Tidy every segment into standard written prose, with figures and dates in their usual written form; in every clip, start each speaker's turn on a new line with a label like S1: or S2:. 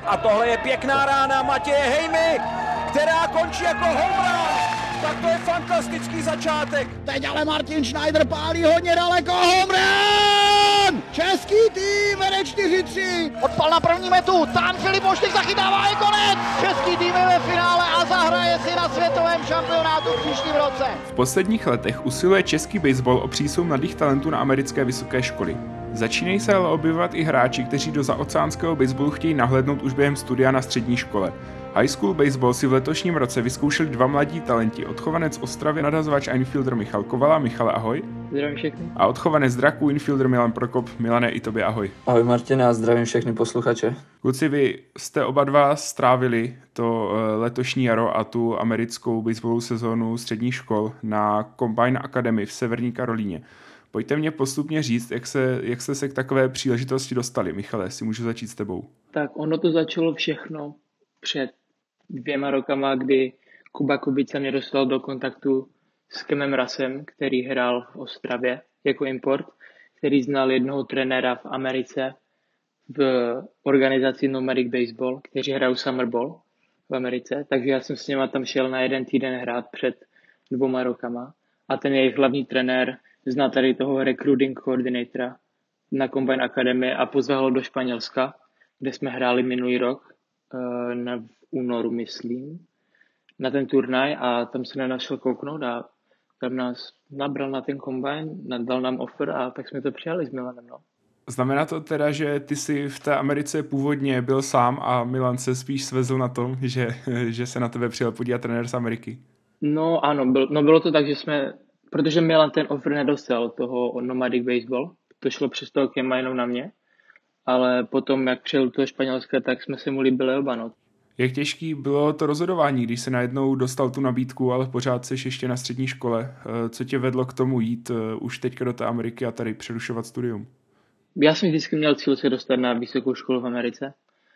S1: A tohle je pěkná rána Matěje Hejmy, která končí jako home run. Tak to je fantastický začátek.
S2: Teď ale Martin Schneider pálí hodně daleko, home run! Český tým vede 4-3.
S3: Odpal na první metu, Tán Filip Moštyk zachytává, je konec! Český tým je ve finále a zahraje si na světovém šampionátu v příštím roce.
S4: V posledních letech usiluje český baseball o přísun mladých talentů na americké vysoké školy. Začínají se ale objevovat i hráči, kteří do zaoceánského baseballu chtějí nahlédnout už během studia na střední škole. High school baseball si v letošním roce vyzkoušeli dva mladí talenti, odchovanec Ostravy nadazovač a infielder Michal Kovala. Michale, ahoj.
S5: Zdravím všechny.
S4: A odchovanec Draků infielder Milan Prokop. Milane, i tobě ahoj.
S6: Ahoj Martine a zdravím všechny posluchače.
S4: Kluci, vy jste oba dva strávili to letošní jaro a tu americkou baseballovou sezónu středních škol na Combine Academy v Severní Karolíně. Pojďte mě postupně říct, jak jste se k takové příležitosti dostali. Michale, si můžu začít s tebou.
S5: Tak ono to začalo všechno před 2 rokama, kdy Kuba Kubica mě dostal do kontaktu s Kemem Rasem, který hrál v Ostravě jako import, který znal jednoho trenéra v Americe v organizaci Nomadic Baseball, kteří hrajou Summer Ball v Americe, takže já jsem s něma tam šel na 1 týden hrát před 2 rokama a ten jejich hlavní trenér zná tady toho recruiting coordinatora na Combine Academy a pozval ho do Španělska, kde jsme hráli minulý rok v únoru, myslím, na ten turnaj a tam se nenašel kouknout a tam nás nabral na ten Combine, dal nám offer a tak jsme to přijali s Milanem. No.
S4: Znamená to teda, že ty jsi v té Americe původně byl sám a Milan se spíš svezl na tom, že se na tebe přijel podívat trenér z Ameriky?
S5: No ano, bylo to tak, že protože Milan ten offer nedostal toho Nomadic Baseball, to šlo přes toho Kema jenom na mě, ale potom, jak přijel do toho Španělska, tak jsme se mu líbili oba. No.
S4: Jak těžký bylo to rozhodování, když se najednou dostal tu nabídku, ale pořád jsi ještě na střední škole? Co tě vedlo k tomu jít už teďka do té Ameriky a tady přerušovat studium?
S5: Já jsem vždycky měl cíl se dostat na vysokou školu v Americe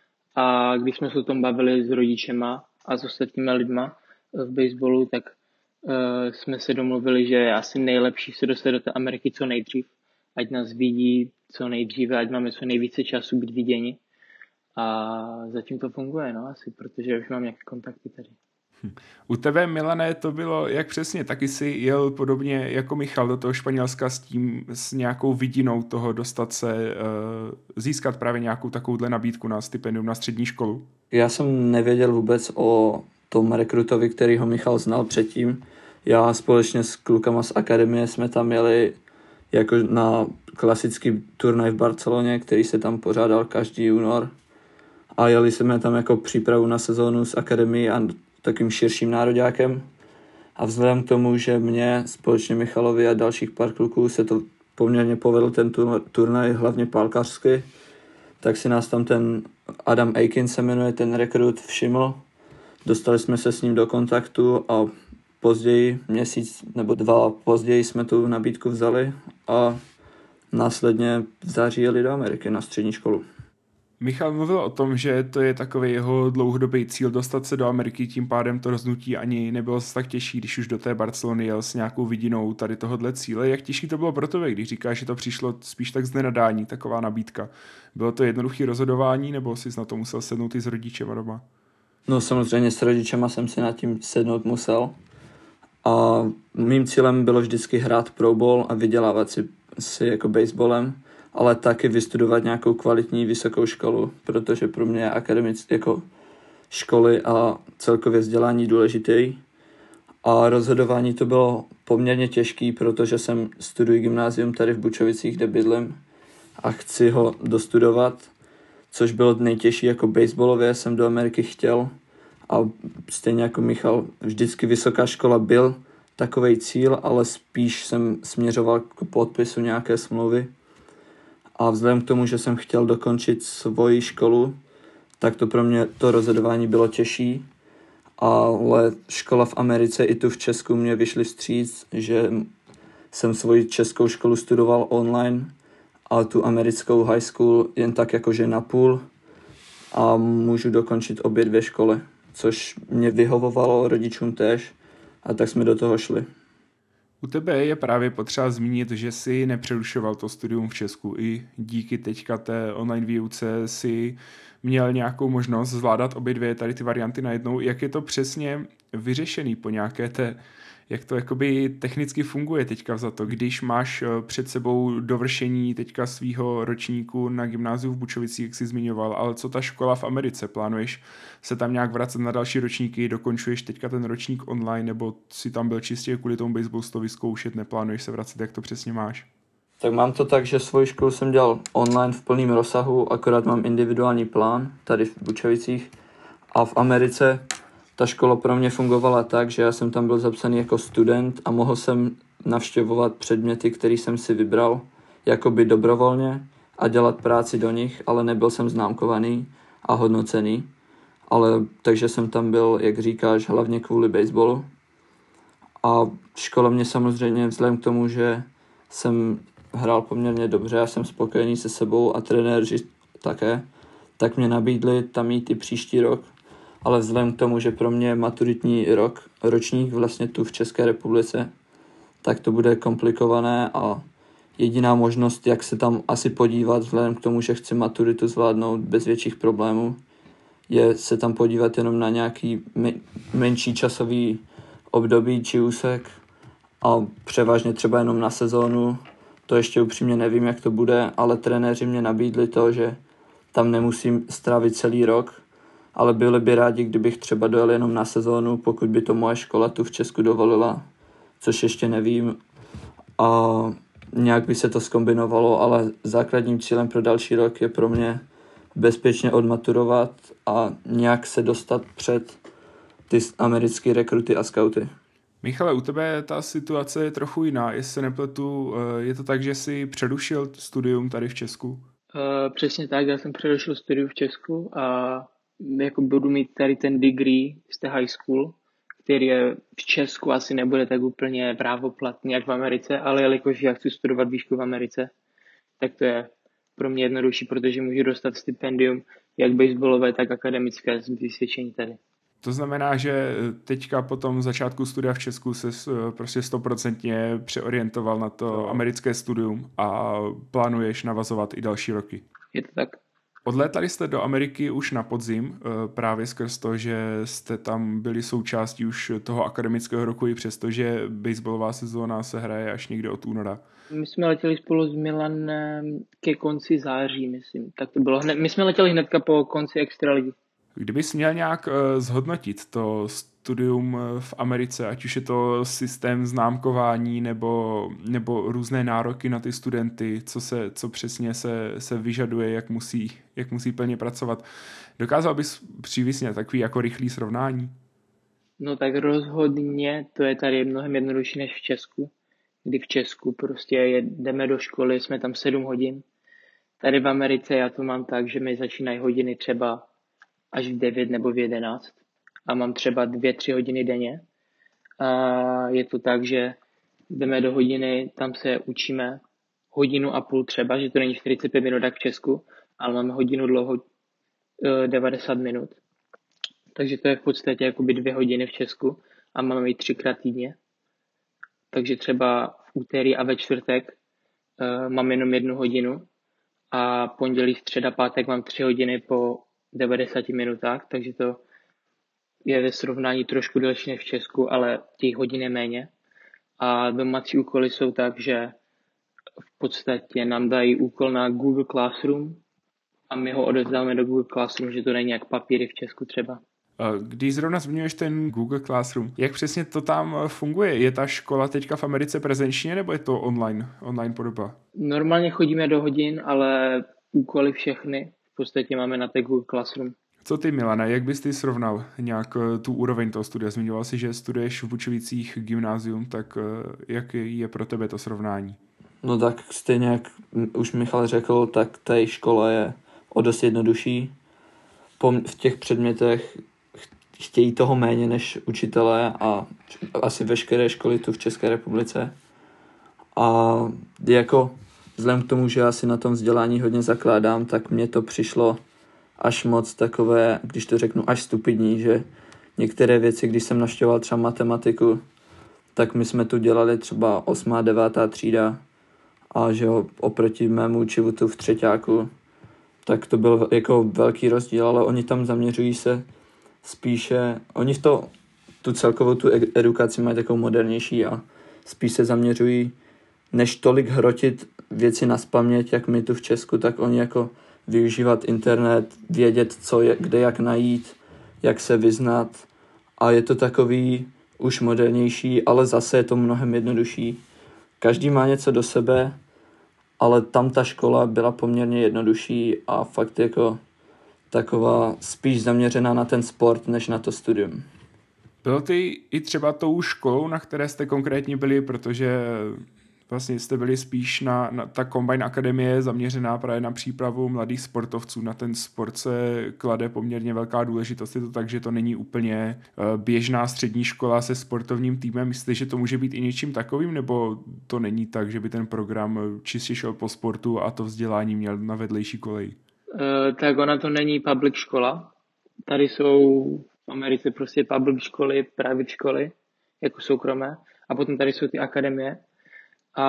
S5: a když jsme se o tom bavili s rodičema a s ostatními lidma v baseballu, tak jsme se domluvili, že je asi nejlepší se dostat do té Ameriky co nejdřív, ať nás vidí co nejdříve, ať máme co nejvíce času být viděni. A zatím to funguje, no asi, protože už mám nějaké kontakty tady.
S4: U tebe, Milane, to bylo jak přesně? Taky jsi jel podobně jako Michal do toho Španělska s nějakou vidinou toho dostat se, získat právě nějakou takovouhle nabídku na stipendium na střední školu?
S6: Já jsem nevěděl vůbec o tom rekrutovi, kterýho Michal znal předtím. Já společně s klukama z akademie jsme tam jeli jako na klasický turnaj v Barceloně, který se tam pořádal každý únor. A jeli jsme tam jako přípravu na sezónu s akademií a takým širším nároďákem. A vzhledem k tomu, že mě společně Michalovi a dalších pár kluků se to poměrně povedl ten turnaj, hlavně pálkařsky, tak si nás tam ten Adam Aiken se jmenuje, ten rekrut, všiml. Dostali jsme se s ním do kontaktu a později, měsíc nebo 2 později jsme tu nabídku vzali a následně v září jeli do Ameriky na střední školu.
S4: Michal mluvil o tom, že to je takový jeho dlouhodobý cíl dostat se do Ameriky, tím pádem to rozhodnutí ani nebylo tak těžší, když už do té Barcelony jel s nějakou vidinou tady tohodle cíle. Jak těžký to bylo pro tebe, když říkáš, že to přišlo spíš tak z nenadání, taková nabídka? Bylo to jednoduché rozhodování, nebo jsi na to musel sednout i s rodičema doma?
S6: No samozřejmě s rodičema jsem si nad tím sednout musel. A mým cílem bylo vždycky hrát pro ball a vydělávat si jako baseballem, ale taky vystudovat nějakou kvalitní vysokou školu, protože pro mě je akademické jako školy a celkově vzdělání důležitý. A rozhodování to bylo poměrně těžký, protože jsem studuji gymnázium tady v Bučovicích, kde bydlím a chci ho dostudovat, což bylo nejtěžší jako baseballově, jsem do Ameriky chtěl a stejně jako Michal, vždycky vysoká škola byl takovej cíl, ale spíš jsem směřoval k podpisu nějaké smlouvy. A vzhledem k tomu, že jsem chtěl dokončit svoji školu, tak to pro mě to rozhodování bylo těžší. Ale škola v Americe i tu v Česku mě vyšly vstříc, že jsem svoji českou školu studoval online a tu americkou high school jen tak jakože na půl a můžu dokončit obě 2 školy, což mě vyhovovalo, rodičům též, a tak jsme do toho šli.
S4: U tebe je právě potřeba zmínit, že jsi nepřerušoval to studium v Česku. I díky teďka té online výuce si měl nějakou možnost zvládat obě dvě tady ty varianty najednou. Jak je to přesně vyřešený po nějaké té, jak to jakoby technicky funguje teďka vzato, když máš před sebou dovršení teďka svýho ročníku na gymnáziu v Bučovicích, jak jsi zmiňoval, ale co ta škola v Americe? Plánuješ se tam nějak vracet na další ročníky, dokončuješ teďka ten ročník online, nebo si tam byl čistě kvůli tomu baseballu to vyzkoušet, neplánuješ se vracet, jak to přesně máš?
S6: Tak mám to tak, že svoji školu jsem dělal online v plném rozsahu, akorát mám individuální plán tady v Bučovicích a v Americe ta škola pro mě fungovala tak, že já jsem tam byl zapsaný jako student a mohl jsem navštěvovat předměty, které jsem si vybral, jakoby dobrovolně a dělat práci do nich, ale nebyl jsem známkovaný a hodnocený. Takže jsem tam byl, jak říkáš, hlavně kvůli baseballu. A škola mě samozřejmě vzhledem k tomu, že jsem hrál poměrně dobře a jsem spokojený se sebou a trenéři také, tak mě nabídli tam jít i příští rok. Ale vzhledem k tomu, že pro mě je maturitní ročník vlastně tu v České republice, tak to bude komplikované a jediná možnost, jak se tam asi podívat, vzhledem k tomu, že chci maturitu zvládnout bez větších problémů, je se tam podívat jenom na nějaký menší časový období či úsek a převážně třeba jenom na sezónu. To ještě upřímně nevím, jak to bude, ale trenéři mě nabídli to, že tam nemusím strávit celý rok, ale byli by rádi, kdybych třeba dojel jenom na sezónu, pokud by to moje škola tu v Česku dovolila, což ještě nevím. A nějak by se to zkombinovalo, ale základním cílem pro další rok je pro mě bezpečně odmaturovat a nějak se dostat před ty americké rekruty a skauty.
S4: Michale, u tebe ta situace je trochu jiná, jestli se nepletu, je to tak, že jsi přerušil studium tady v Česku?
S5: Přesně tak, já jsem přerušil studium v Česku a jako budu mít tady ten degree z té high school, který je v Česku asi nebude tak úplně právoplatný jak v Americe, ale jelikož já chci studovat výšku v Americe, tak to je pro mě jednodušší, protože můžu dostat stipendium jak baseballové, tak akademické vysvědčení tady.
S4: To znamená, že teďka po tom začátku studia v Česku se prostě 100% přeorientoval na to americké studium a plánuješ navazovat i další roky.
S5: Je to tak.
S4: Odlétali jste do Ameriky už na podzim, právě skrz to, že jste tam byli součástí už toho akademického roku, i přesto, že baseballová sezóna se hraje až někde od února.
S5: My jsme letěli spolu s Milanem ke konci září, myslím. Tak to bylo hned. My jsme letěli hnedka po konci extraligy.
S4: Kdybys měl nějak zhodnotit to studium v Americe, ať už je to systém známkování nebo různé nároky na ty studenty, co přesně se vyžaduje, jak musí plně pracovat. Dokázal bys přivysnět takový jako rychlý srovnání?
S5: No tak rozhodně to je tady mnohem jednodušší než v Česku. Kdy v Česku prostě jdeme do školy, jsme tam 7 hodin. Tady v Americe já to mám tak, že mi začínají hodiny třeba až v 9 nebo v 11 a mám třeba 2-3 hodiny denně. A je to tak, že jdeme do hodiny, tam se učíme 1,5 hodiny třeba, že to není 45 minut jak v Česku, ale máme hodinu dlouho 90 minut. Takže to je v podstatě jakoby 2 hodiny v Česku a máme ji 3krát týdně. Takže třeba v úterý a ve čtvrtek mám jenom 1 hodinu a pondělí, středa, pátek mám 3 hodiny po 90 minutách, takže to je ve srovnání trošku delší než v Česku, ale těch hodin je méně. A domácí úkoly jsou tak, že v podstatě nám dají úkol na Google Classroom a my ho odevzdáme do Google Classroom, že to není jak papíry v Česku třeba.
S4: Když zrovna zmiňuješ ten Google Classroom, jak přesně to tam funguje? Je ta škola teďka v Americe prezenčně, nebo je to online podoba?
S5: Normálně chodíme do hodin, ale úkoly všechny v podstatě máme na té Google Classroom.
S4: Co ty, Milane, jak bys ty srovnal nějak tu úroveň toho studia? Zmiňoval jsi, že studuješ v Bučovicích gymnázium, tak jak je pro tebe to srovnání?
S6: No tak stejně jak už Michal řekl, tak ta škola je o dost jednodušší. V těch předmětech chtějí toho méně než učitelé a asi veškeré školy tu v České republice. A jako vzhledem k tomu, že já si na tom vzdělání hodně zakládám, tak mně to přišlo až moc takové, když to řeknu, až stupidní, že některé věci, když jsem navštěvoval třeba matematiku, tak my jsme tu dělali třeba 8. a 9. třída a že jo, oproti mému čivutu v třeťáku, tak to byl jako velký rozdíl, ale oni tam zaměřují se spíše, oni tu celkovou tu edukaci mají takovou modernější a spíš se zaměřují, než tolik hrotit věci nazpaměť, jak my tu v Česku, tak oni jako využívat internet, vědět, co je, kde jak najít, jak se vyznat a je to takový už modernější, ale zase je to mnohem jednodušší. Každý má něco do sebe, ale tam ta škola byla poměrně jednodušší a fakt jako taková spíš zaměřená na ten sport, než na to studium.
S4: Bylo ty i třeba tou školou, na které jste konkrétně byli, protože vlastně jste byli spíš na ta Combine Akademie zaměřená právě na přípravu mladých sportovců. Na ten sport se klade poměrně velká důležitost. Je to tak, že to není úplně běžná střední škola se sportovním týmem. Myslíte, že to může být i něčím takovým, nebo to není tak, že by ten program čistě šel po sportu a to vzdělání měl na vedlejší kolej?
S5: Tak ona to není public škola. Tady jsou v Americe prostě public školy, private školy, jako soukromé. A potom tady jsou ty akademie. A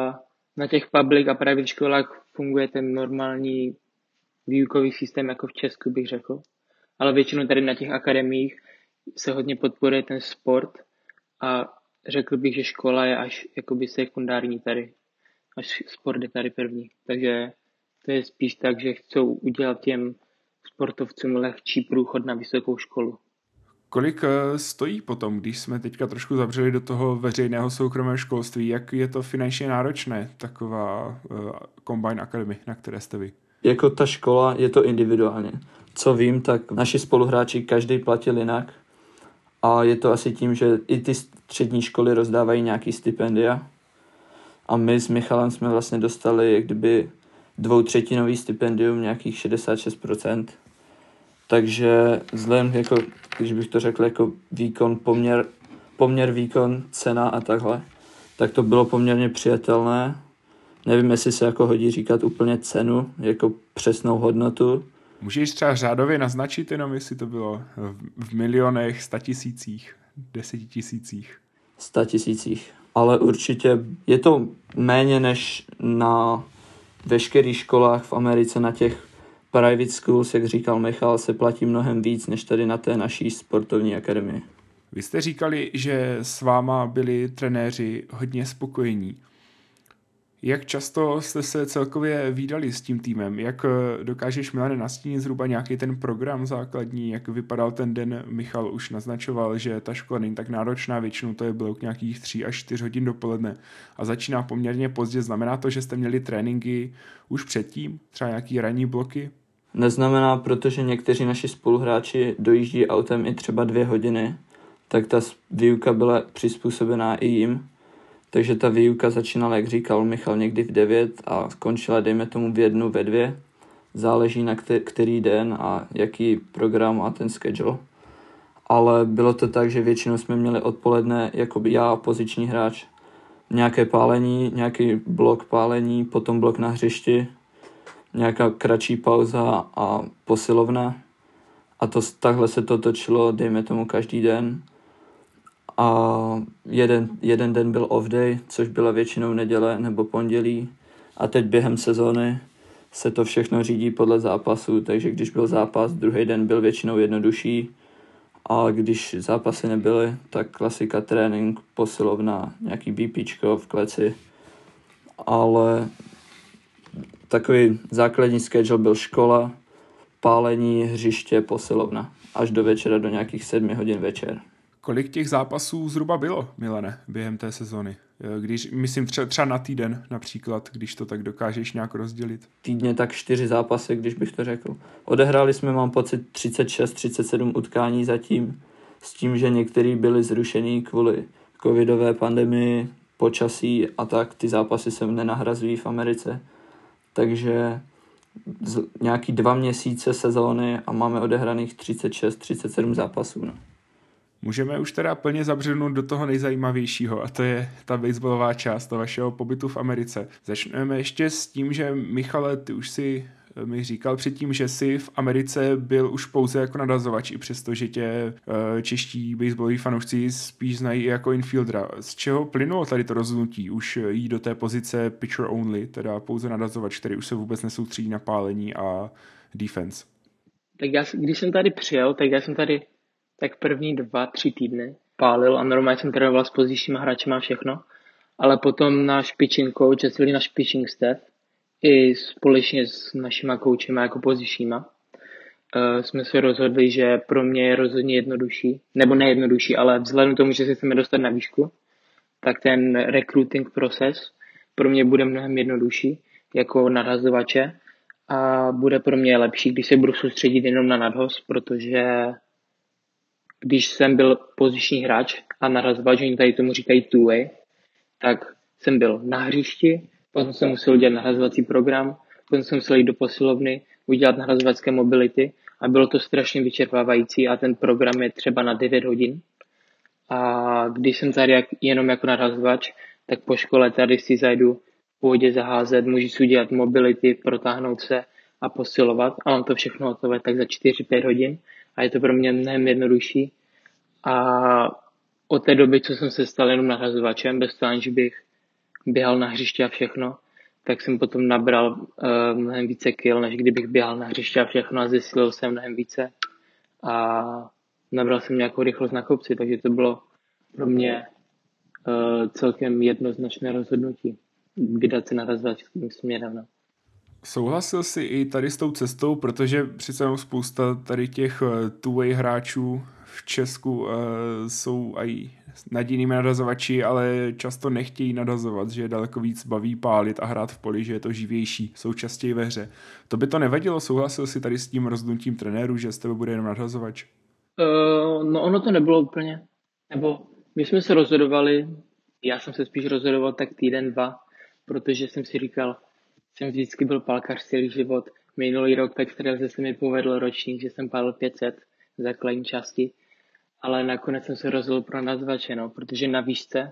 S5: na těch public a private školách funguje ten normální výukový systém, jako v Česku bych řekl. Ale většinou tady na těch akademiích se hodně podporuje ten sport a řekl bych, že škola je až jakoby sekundární tady. Až sport je tady první. Takže to je spíš tak, že chcou udělat těm sportovcům lehčí průchod na vysokou školu.
S4: Kolik stojí potom, když jsme teďka trošku zabřeli do toho veřejného soukromého školství, jak je to finančně náročné, taková Combine Academy, na které jste vy?
S6: Jako ta škola je to individuálně. Co vím, tak naši spoluhráči každý platil jinak a je to asi tím, že i ty střední školy rozdávají nějaký stipendia a my s Michalem jsme vlastně dostali jak kdyby 2/3 stipendium, nějakých 66%. Takže vzhledem, jako, když bych to řekl, jako výkon, poměr výkon, cena a takhle, tak to bylo poměrně přijatelné. Nevím, jestli se jako hodí říkat úplně cenu, jako přesnou hodnotu.
S4: Můžeš třeba řádově naznačit jenom, jestli to bylo v milionech, 100 000, 10 000?
S6: 100 000. Ale určitě je to méně než na veškerých školách v Americe, na těch private schools, jak říkal Michal, se platí mnohem víc než tady na té naší sportovní akademii.
S4: Vy jste říkali, že s váma byli trenéři hodně spokojení. Jak často jste se celkově vídali s tím týmem? Jak dokážeš, Milane, nastínit zhruba nějaký ten program základní? Jak vypadal ten den? Michal už naznačoval, že ta škola není tak náročná, většinou to je blok nějakých 3 až 4 hodin dopoledne a začíná poměrně pozdě. Znamená to, že jste měli tréninky už předtím? Třeba nějaký ranní bloky?
S6: Neznamená, protože někteří naši spoluhráči dojíždí autem i třeba 2 hodiny, tak ta výuka byla přizpůsobená i jim. Takže ta výuka začínala, jak říkal Michal, někdy v 9 a skončila, dejme tomu, v 1, ve 2. Záleží na který den a jaký program a ten schedule. Ale bylo to tak, že většinou jsme měli odpoledne, jakoby já, poziční hráč, nějaké pálení, nějaký blok pálení, potom blok na hřišti, nějaká kratší pauza a posilovna. A takhle se to točilo, dejme tomu, každý den. A jeden den byl off day, což byla většinou neděle nebo pondělí. A teď během sezóny se to všechno řídí podle zápasu, takže když byl zápas, druhý den byl většinou jednodušší. A když zápasy nebyly, tak klasika trénink, posilovna, nějaký BPčko v kleci. Ale takový základní schedule byl škola, pálení, hřiště, posilovna. Až do večera, do nějakých 7 hodin večer.
S4: Kolik těch zápasů zhruba bylo, Milane, během té sezony? Když, myslím třeba na týden například, když to tak dokážeš nějak rozdělit.
S6: Týdně tak 4 zápasy, když bych to řekl. Odehráli jsme, mám pocit, 36-37 utkání zatím, s tím, že některý byli zrušený kvůli covidové pandemii, počasí a tak. Ty zápasy se nenahrazují v Americe. Takže nějaký 2 měsíce sezóny a máme odehraných 36-37 zápasů. No.
S4: Můžeme už teda plně zabřednout do toho nejzajímavějšího a to je ta baseballová část vašeho pobytu v Americe. Začneme ještě s tím, že Michale, ty už si mi říkal předtím, že jsi v Americe byl už pouze jako nadazovač, i přesto, že tě čeští baseballoví fanoušci spíš znají i jako infieldera. Z čeho plynulo tady to rozhodnutí už jít do té pozice pitcher only, teda pouze nadazovač, který už se vůbec nesoustředí na pálení a defense?
S5: Tak když jsem tady přijel, tak já jsem tady tak první 2-3 týdny pálil a normálně jsem trénoval s pozdějšíma hráčema a všechno. Ale potom náš pitching coach a celý náš pitching staff i společně s našima koučema jako pozdějšíma jsme se rozhodli, že pro mě je rozhodně jednodušší, nebo nejednodušší, ale vzhledem k tomu, že se chceme dostat na výšku, tak ten recruiting proces pro mě bude mnohem jednodušší jako nadhazovače a bude pro mě lepší, když se budu soustředit jenom na nadhoz, protože když jsem byl poziční hráč a nadhazovač, oni tady tomu říkají two-way, tak jsem byl na hřišti, potom jsem musel udělat nahrazovací program, potom jsem musel jít do posilovny, udělat nahrazovacké mobility a bylo to strašně vyčerpávající a ten program je třeba na 9 hodin. A když jsem tady jenom jako nahrazovač, tak po škole tady si zajdu v pohodě zaházet, můžu si udělat mobility, protáhnout se a posilovat a mám to všechno hotové tak za 4-5 hodin a je to pro mě mnohem jednodušší. A od té doby, co jsem se stal jenom nahrazovačem, bez toho, aniž bych běhal na hřiště a všechno, tak jsem potom nabral mnohem více kill, než kdybych běhal na hřiště a všechno a zesílil jsem mnohem více a nabral jsem nějakou rychlost na kopci, takže to bylo pro mě celkem jednoznačné rozhodnutí vydat se nahrazovačským směrem.
S4: Souhlasil jsi i tady s tou cestou, protože přece jenom spousta tady těch two-way hráčů v Česku jsou i nadějnými nadazovači, ale často nechtějí nadazovat, že je daleko víc baví pálit a hrát v poli, že je to živější, jsou častěji ve hře. To by to nevadilo? Souhlasil jsi tady s tím rozhodnutím trenéru, že z tebe bude jenom nadazovač?
S5: No ono to nebylo úplně. Nebo my jsme se rozhodovali, já jsem se spíš rozhodoval tak týden, 2, protože jsem si říkal, jsem vždycky byl pálkař celý život. Minulý rok tak se mi povedl ročník, že jsem pálil 500 základní části, ale nakonec jsem se rozhodl pro nahrazovače, protože na výšce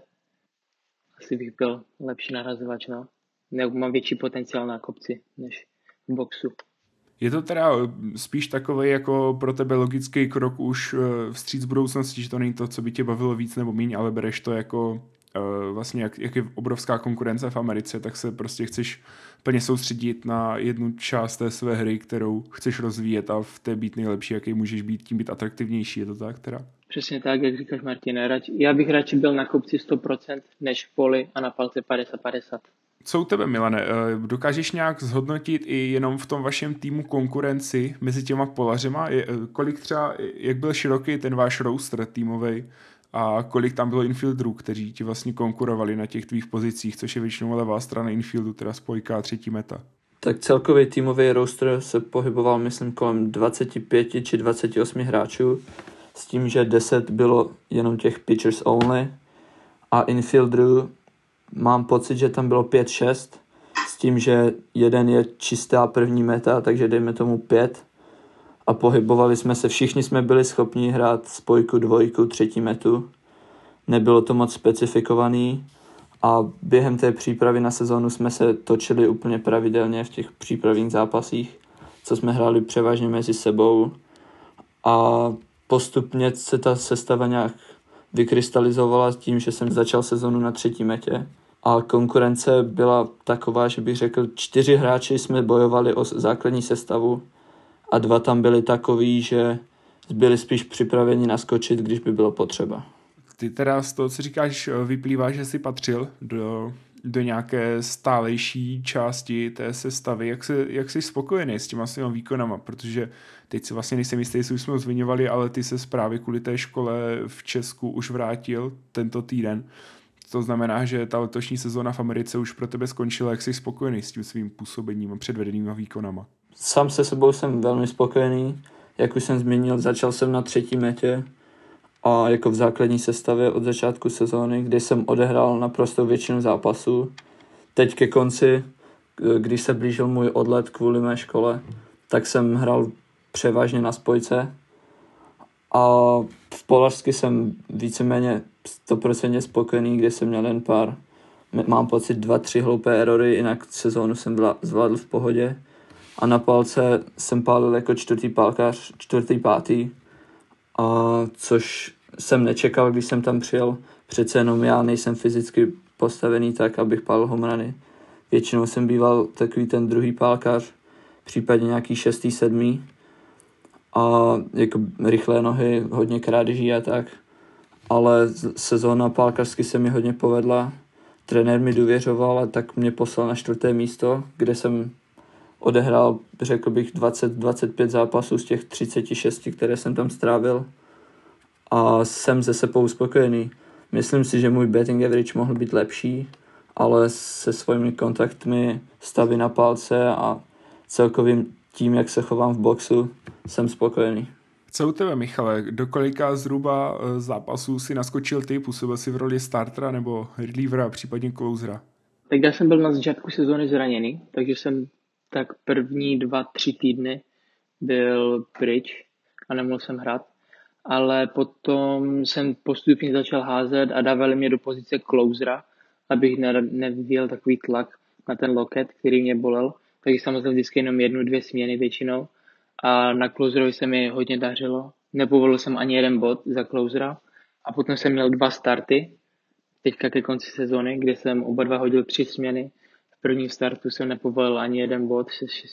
S5: asi bych byl lepší nahrazovač, nebo mám větší potenciál na kopci než v boxu.
S4: Je to teda spíš takový jako pro tebe logický krok už vstříc budoucnosti, že to není to, co by tě bavilo víc nebo míň, ale bereš to jako vlastně jak je obrovská konkurence v Americe, tak se prostě chceš plně soustředit na jednu část té své hry, kterou chceš rozvíjet a v té být nejlepší, jaký můžeš být, tím být atraktivnější, je to tak teda?
S5: Přesně tak, jak říkáš, Martine. Já bych radši byl na kopci 100% než v poli a na palce 50-50.
S4: Co u tebe, Milane? Dokážeš nějak zhodnotit i jenom v tom vašem týmu konkurenci mezi těma polařema? Kolik třeba, jak byl široký ten váš roster týmovej a kolik tam bylo infielderů, kteří ti vlastně konkurovali na těch tvých pozicích, což je většinou levá strana infieldu, teda spojka a třetí meta?
S6: Tak celkový týmový roster se pohyboval, myslím, kolem 25 či 28 hráčů, s tím, že 10 bylo jenom těch pitchers only a infielderů mám pocit, že tam bylo 5-6, s tím, že jeden je čistá první meta, takže dejme tomu 5 a pohybovali jsme se, všichni jsme byli schopni hrát spojku, dvojku, třetí metu. Nebylo to moc specifikovaný a během té přípravy na sezónu jsme se točili úplně pravidelně v těch přípravných zápasích, co jsme hráli převážně mezi sebou a postupně se ta sestava nějak vykrystalizovala tím, že jsem začal sezonu na třetí metě a konkurence byla taková, že bych řekl, 4 hráči jsme bojovali o základní sestavu a 2 tam byli takový, že byli spíš připraveni naskočit, když by bylo potřeba.
S4: Ty teda z toho, co říkáš, vyplývá, že jsi patřil do nějaké stálejší části té sestavy. Jak jsi spokojený s těma svýma výkonama? Protože teď si vlastně nejsem jistý, jestli už jsme ho zmiňovali, ale ty se právě kvůli té škole v Česku už vrátil tento týden. To znamená, že ta letošní sezóna v Americe už pro tebe skončila. Jak jsi spokojený s tím svým působením a předvedenýma výkonama?
S6: Sám se sebou jsem velmi spokojený. Jak už jsem zmínil, začal jsem na třetí metě a jako v základní sestavě od začátku sezóny, kdy jsem odehrál naprosto většinu zápasů. Teď ke konci, když se blížil můj odlet kvůli mé škole, tak jsem hrál převážně na spojce a v polařsky jsem víceméně 100% spokojený, kde jsem měl jen mám pocit 2-3 hloupé erory, jinak sezónu jsem zvládl v pohodě a na pálce jsem pálil jako čtvrtý pálkař, 4., 5. Což jsem nečekal, když jsem tam přijel. Přece jenom já nejsem fyzicky postavený tak, abych pálil homerany. Většinou jsem býval takový ten druhý pálkař, případně nějaký 6., 7. A jako rychlé nohy, hodně krádeží a tak. Ale sezóna pálkařsky se mi hodně povedla. Trenér mi důvěřoval a tak mě poslal na 4. místo, kde jsem odehrál, řekl bych, 20-25 zápasů z těch 36, které jsem tam strávil. A jsem ze sebou spokojený. Myslím si, že můj batting average mohl být lepší, ale se svými kontaktmi, stavy na pálce a celkovým tím, jak se chovám v boxu, jsem spokojený.
S4: Co u tebe, Michale? Do kolika zhruba zápasů si naskočil ty? Působil si v roli startera nebo relievera, případně closera?
S5: Tak já jsem byl na začátku sezóny zraněný, takže jsem tak první 2-3 týdny byl pryč a nemohl jsem hrát. Ale potom jsem postupně začal házet a dávali mě do pozice closera, abych nevyvíjel takový tlak na ten loket, který mě bolel. Takže samozřejmě vždycky jenom 1-2 směny většinou. A na closerovi se mi hodně dařilo. Nepovolil jsem ani jeden bod za closera. A potom jsem měl 2 starty, teďka ke konci sezóny, kde jsem oba 2 hodil 3 směny. V prvním startu jsem nepovolil ani jeden bod,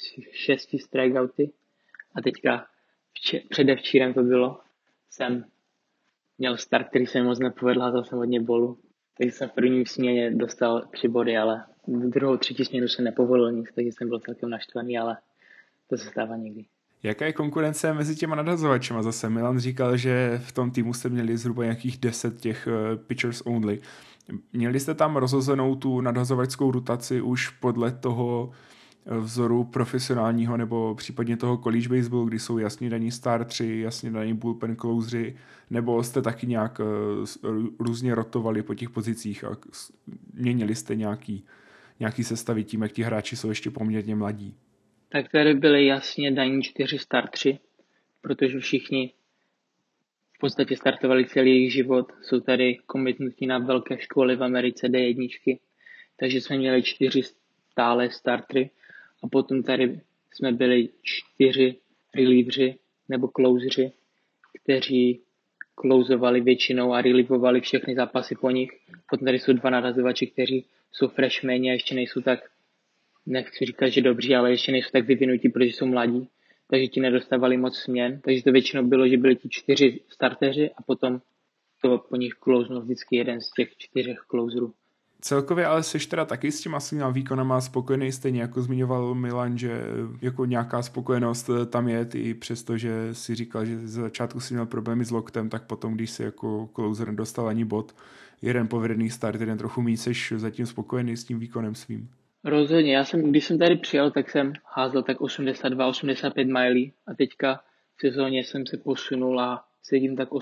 S5: 6 strikeouty. A teďka předevčírem to bylo. Jsem měl start, který se mi moc nepovedl, házal jsem hodně bolu. Takže jsem v prvním směně dostal 3 body, ale v druhou, 3. směnu jsem nepovolil nic, takže jsem byl celkem naštvaný, ale to se stává někdy.
S4: Jaká je konkurence mezi těma nadhazovačema? Zase Milan říkal, že v tom týmu jste měli zhruba nějakých 10 těch pitchers only. Měli jste tam rozhozenou tu nadhazovačskou rotaci už podle toho vzoru profesionálního nebo případně toho college baseballu, kdy jsou jasně daní startři, jasně daní bullpen closeři, nebo jste taky nějak různě rotovali po těch pozicích a měnili jste nějaký sestavy tím, jak ti hráči jsou ještě poměrně mladí?
S5: Tak tady byly jasně daní 4 startři, protože všichni v podstatě startovali celý jejich život. Jsou tady komitnutí na velké školy v Americe D1, takže jsme měli 4 stále startry a potom tady jsme byli 4 relieveři nebo closeři, kteří closeovali většinou a relievovali všechny zápasy po nich. Potom tady jsou 2 nadhazovači, kteří jsou freshmeni a ještě nejsou tak, nechci říkat, že dobří, ale ještě nejsou tak vyvinutí, protože jsou mladí, takže ti nedostávali moc směn. Takže to většinou bylo, že byli ti 4 starteři a potom to po nich closenul vždycky jeden z těch 4 closerů.
S4: Celkově ale seš teda taky s těma svýma výkonama spokojený, stejně jako zmiňoval Milan, že jako nějaká spokojenost tam je, i přesto, že si říkal, že z začátku si měl problémy s loktem, tak potom, když si jako closer nedostal ani bod, jeden povedený start, jeden trochu méně, seš zatím spokojený s tím výkonem svým?
S5: Rozhodně, když jsem tady přijel, tak jsem házel tak 82-85 milí a teďka v sezóně jsem se posunul a sedím tak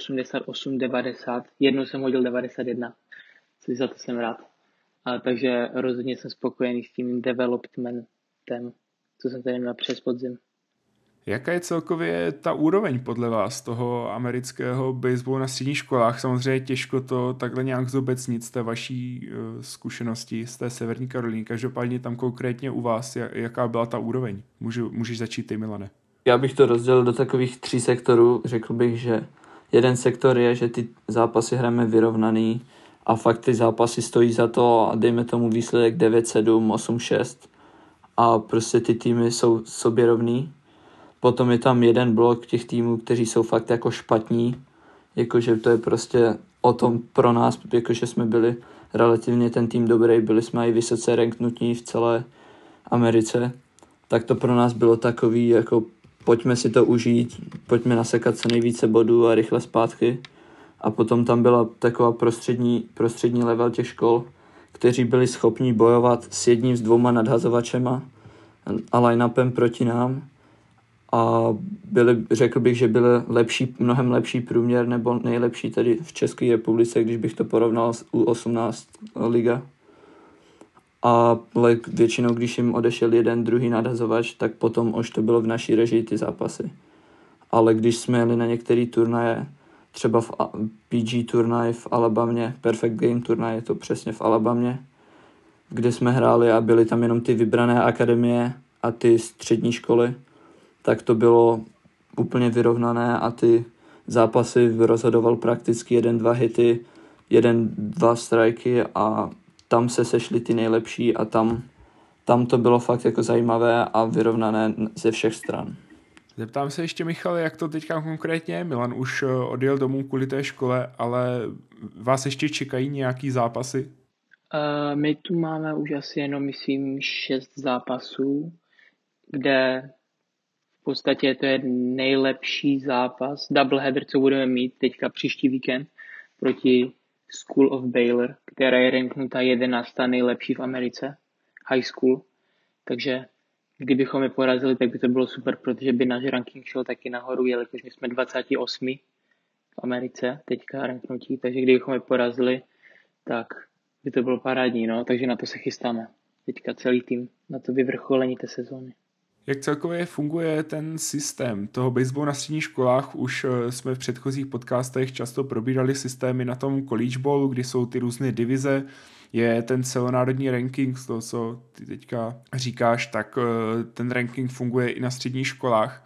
S5: 88-90, jednou jsem hodil 91, což za to jsem rád. Takže rozhodně jsem spokojený s tím developmentem, co jsem tady měl přes podzim.
S4: Jaká je celkově ta úroveň podle vás toho amerického baseballu na středních školách? Samozřejmě těžko to takhle nějak zobecnit z té vaší zkušenosti z té Severní Karolíny. Každopádně tam konkrétně u vás, jaká byla ta úroveň? Můžeš začít ty, Milane.
S6: Já bych to rozdělil do takových 3 sektorů. Řekl bych, že jeden sektor je, že ty zápasy hrajeme vyrovnaný a fakt ty zápasy stojí za to a dejme tomu výsledek 9-7, 8-6 a prostě ty týmy jsou sobě rovný. Potom je tam jeden blok těch týmů, kteří jsou fakt jako špatní, jakože to je prostě o tom pro nás, jakože jsme byli relativně ten tým dobrý, byli jsme i vysoce ranknutí v celé Americe, tak to pro nás bylo takový, jako pojďme si to užít, pojďme nasekat co nejvíce bodů a rychle zpátky. A potom tam byla taková prostřední level těch škol, kteří byli schopni bojovat s jedním z 2 nadhazovačema a line-upem proti nám. A řekl bych, že byl mnohem lepší průměr nebo nejlepší tady v České republice, když bych to porovnal s U18 liga. A většinou, když jim odešel jeden, druhý nadhazovač, tak potom už to bylo v naší režii ty zápasy. Ale když jsme jeli na některé turnaje, třeba v PG turnaj v Alabamě, Perfect Game turnaj, je to přesně v Alabamě, kde jsme hráli a byly tam jenom ty vybrané akademie a ty střední školy, tak to bylo úplně vyrovnané a ty zápasy rozhodoval prakticky 1-2 hity, 1-2 strajky a tam se sešly ty nejlepší a tam to bylo fakt jako zajímavé a vyrovnané ze všech stran.
S4: Zeptám se ještě, Michale, jak to teďka konkrétně je? Milan už odjel domů kvůli té škole, ale vás ještě čekají nějaký zápasy?
S5: My tu máme už asi jenom, myslím, 6 zápasů, kde v podstatě to je nejlepší zápas, doubleheader, co budeme mít teďka příští víkend proti School of Baylor, která je ranknutá 11. nejlepší v Americe, high school. Takže kdybychom je porazili, tak by to bylo super, protože by náš ranking šel taky nahoru, jelikož my jsme 28. v Americe teďka ranknutí, takže kdybychom je porazili, tak by to bylo parádní, no, takže na to se chystáme. Teďka celý tým, na to vyvrcholení té sezóny.
S4: Jak celkově funguje ten systém toho baseballu na středních školách? Už jsme v předchozích podcastech často probírali systémy na tom college ballu, kdy jsou ty různé divize, je ten celonárodní ranking, z toho, co ty teďka říkáš, tak ten ranking funguje i na středních školách.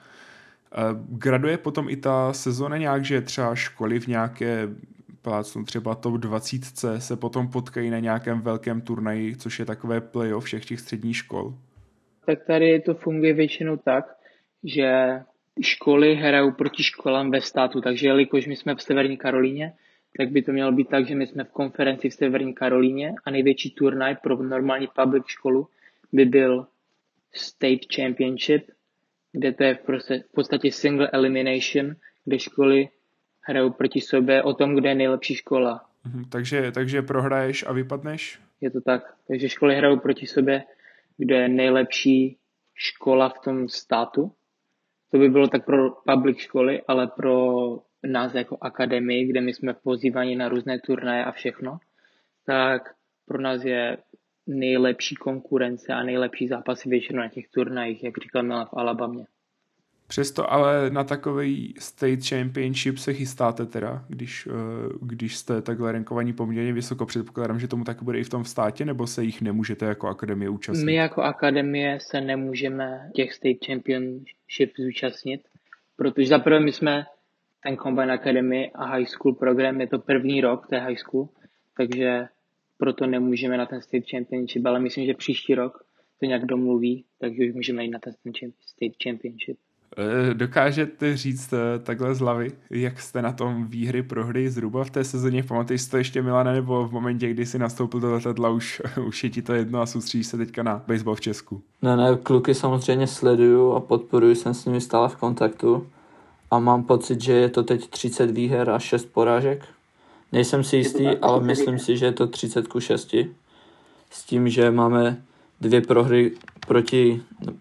S4: Graduje potom i ta sezóna nějak, že třeba školy v nějaké plácnu třeba top 20 se potom potkají na nějakém velkém turnaji, což je takové playoff všech těch středních škol?
S5: Tak tady to funguje většinou tak, že školy hrajou proti školám ve státu, takže jelikož my jsme v Severní Karolíně, tak by to mělo být tak, že my jsme v konferenci v Severní Karolíně a největší turnaj pro normální public školu by byl State Championship, kde to je v podstatě single elimination, kde školy hrajou proti sobě o tom, kde je nejlepší škola.
S4: Takže prohraješ a vypadneš?
S5: Je to tak. Takže školy hrajou proti sobě, kde je nejlepší škola v tom státu. To by bylo tak pro public školy, ale pro nás jako akademii, kde my jsme pozýváni na různé turnaje a všechno, tak pro nás je nejlepší konkurence a nejlepší zápasy většinou na těch turnajích, jak říkal Milan v Alabamě.
S4: Přesto ale na takový State Championship se chystáte teda, když jste takhle rankovaní poměrně vysoko, předpokládám, že tomu tak bude i v tom státě, nebo se jich nemůžete jako akademie účastnit?
S5: My jako akademie se nemůžeme těch State Championship zúčastnit, protože zaprvé my jsme ten Combine Academy a High School program, je to první rok té High School, takže proto nemůžeme na ten State Championship, ale myslím, že příští rok to nějak domluví, takže už můžeme jít na ten State Championship.
S4: Dokážete říct takhle z hlavy, jak jste na tom výhry, prohry zhruba v té sezóně? Pamatuješ si to ještě, Milane, nebo v momentě, kdy jsi nastoupil do letadla, už je ti to jedno a soustředíš se teďka na baseball v Česku?
S6: Ne, kluky samozřejmě sleduju a podporuji, jsem s nimi stále v kontaktu a mám pocit, že je to teď 30 výher a 6 porážek. Nejsem si jistý, ale myslím si, že je to 30-6. S tím, že máme 2 prohry proti